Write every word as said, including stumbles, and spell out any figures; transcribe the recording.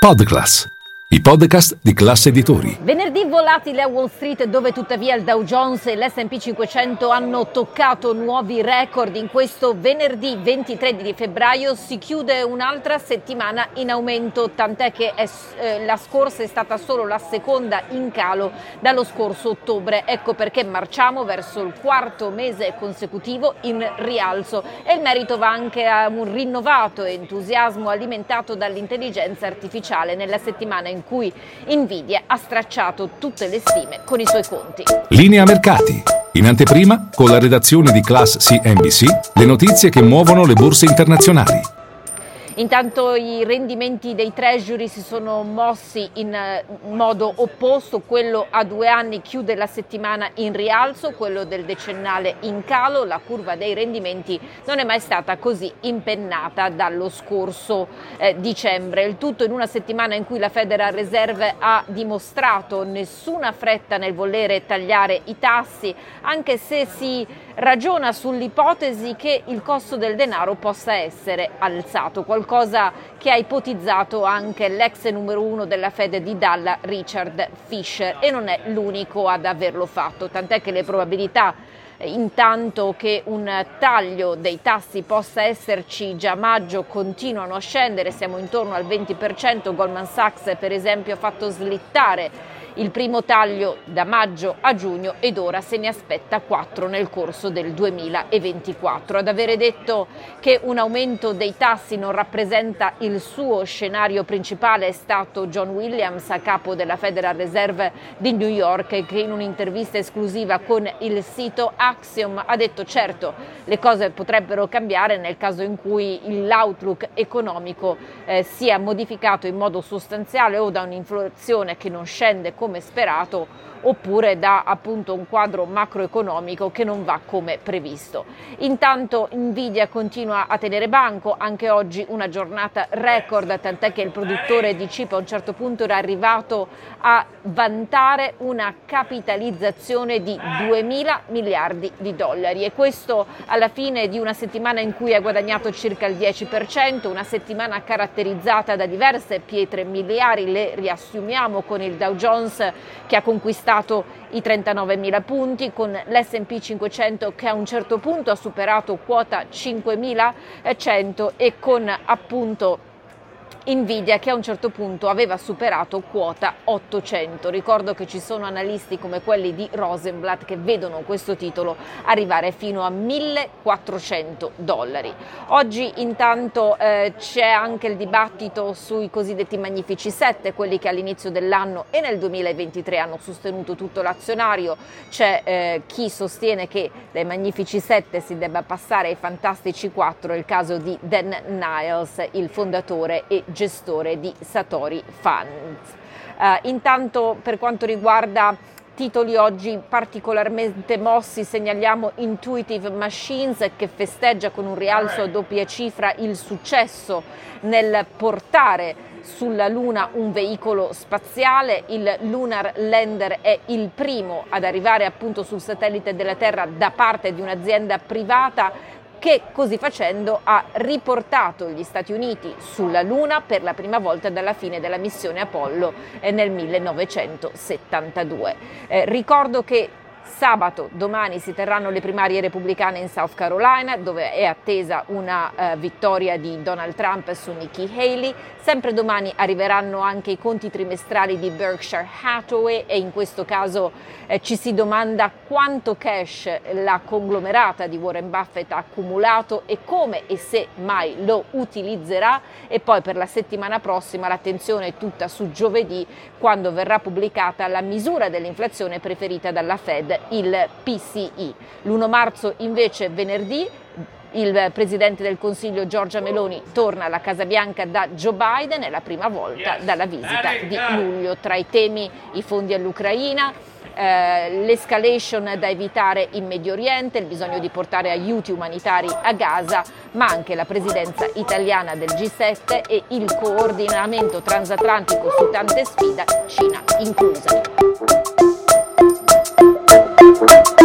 Podclass, i podcast di Class Editori. Venerdì volatile a Wall Street, dove tuttavia il Dow Jones e l'S and P cinquecento hanno toccato nuovi record. In questo venerdì ventitré di febbraio si chiude un'altra settimana in aumento, tant'è che è, eh, la scorsa è stata solo la seconda in calo dallo scorso ottobre. Ecco perché marciamo verso il quarto mese consecutivo in rialzo, e il merito va anche a un rinnovato entusiasmo alimentato dall'intelligenza artificiale nella settimana in cui Nvidia ha stracciato tutte le stime con i suoi conti. Linea mercati. In anteprima, con la redazione di Class C N B C, le notizie che muovono le borse internazionali. Intanto i rendimenti dei treasury si sono mossi in modo opposto, quello a due anni chiude la settimana in rialzo, quello del decennale in calo. La curva dei rendimenti non è mai stata così impennata dallo scorso eh, dicembre, il tutto in una settimana in cui la Federal Reserve ha dimostrato nessuna fretta nel volere tagliare i tassi, anche se si ragiona sull'ipotesi che il costo del denaro possa essere alzato, qualcosa che ha ipotizzato anche l'ex numero uno della Fed di Dallas, Richard Fisher, e non è l'unico ad averlo fatto, tant'è che le probabilità intanto che un taglio dei tassi possa esserci già a maggio continuano a scendere, siamo intorno al venti per cento. Goldman Sachs per esempio ha fatto slittare il primo taglio da maggio a giugno ed ora se ne aspetta quattro nel corso del duemilaventiquattro. Ad avere detto che un aumento dei tassi non rappresenta il suo scenario principale è stato John Williams, a capo della Federal Reserve di New York, che in un'intervista esclusiva con il sito Axiom ha detto: certo, le cose potrebbero cambiare nel caso in cui l'outlook economico eh, sia modificato in modo sostanziale o da un'inflazione che non scende come sperato, oppure da appunto un quadro macroeconomico che non va come previsto. Intanto Nvidia continua a tenere banco, anche oggi una giornata record, tant'è che il produttore di chip a un certo punto era arrivato a vantare una capitalizzazione di duemila miliardi di dollari, e questo alla fine di una settimana in cui ha guadagnato circa il dieci per cento, una settimana caratterizzata da diverse pietre miliari. Le riassumiamo con il Dow Jones che ha conquistato i trentanovemila punti, con l'S and P cinquecento che a un certo punto ha superato quota cinquemilacento e con appunto Nvidia che a un certo punto aveva superato quota ottocento. Ricordo che ci sono analisti come quelli di Rosenblatt che vedono questo titolo arrivare fino a millequattrocento dollari. Oggi intanto eh, c'è anche il dibattito sui cosiddetti Magnifici sette, quelli che all'inizio dell'anno e nel duemilaventitré hanno sostenuto tutto l'azionario. C'è eh, chi sostiene che dai Magnifici sette si debba passare ai Fantastici quattro, è il caso di Dan Niles, il fondatore e gestore di Satori Funds. Uh, intanto per quanto riguarda titoli oggi particolarmente mossi, segnaliamo Intuitive Machines, che festeggia con un rialzo a doppia cifra il successo nel portare sulla Luna un veicolo spaziale. Il Lunar Lander è il primo ad arrivare appunto sul satellite della Terra da parte di un'azienda privata, che così facendo ha riportato gli Stati Uniti sulla Luna per la prima volta dalla fine della missione Apollo eh, nel millenovecentosettantadue. Eh, ricordo che sabato, domani, si terranno le primarie repubblicane in South Carolina, dove è attesa una uh, vittoria di Donald Trump su Nikki Haley. Sempre domani arriveranno anche i conti trimestrali di Berkshire Hathaway, e in questo caso eh, ci si domanda quanto cash la conglomerata di Warren Buffett ha accumulato e come e se mai lo utilizzerà. E poi per la settimana prossima l'attenzione è tutta su giovedì, quando verrà pubblicata la misura dell'inflazione preferita dalla Fed, il P C I. L'primo marzo invece venerdì il Presidente del Consiglio Giorgia Meloni torna alla Casa Bianca da Joe Biden, è la prima volta dalla visita di luglio. Tra i temi i fondi all'Ucraina, eh, l'escalation da evitare in Medio Oriente, il bisogno di portare aiuti umanitari a Gaza, ma anche la presidenza italiana del G sette e il coordinamento transatlantico su tante sfide, Cina inclusa.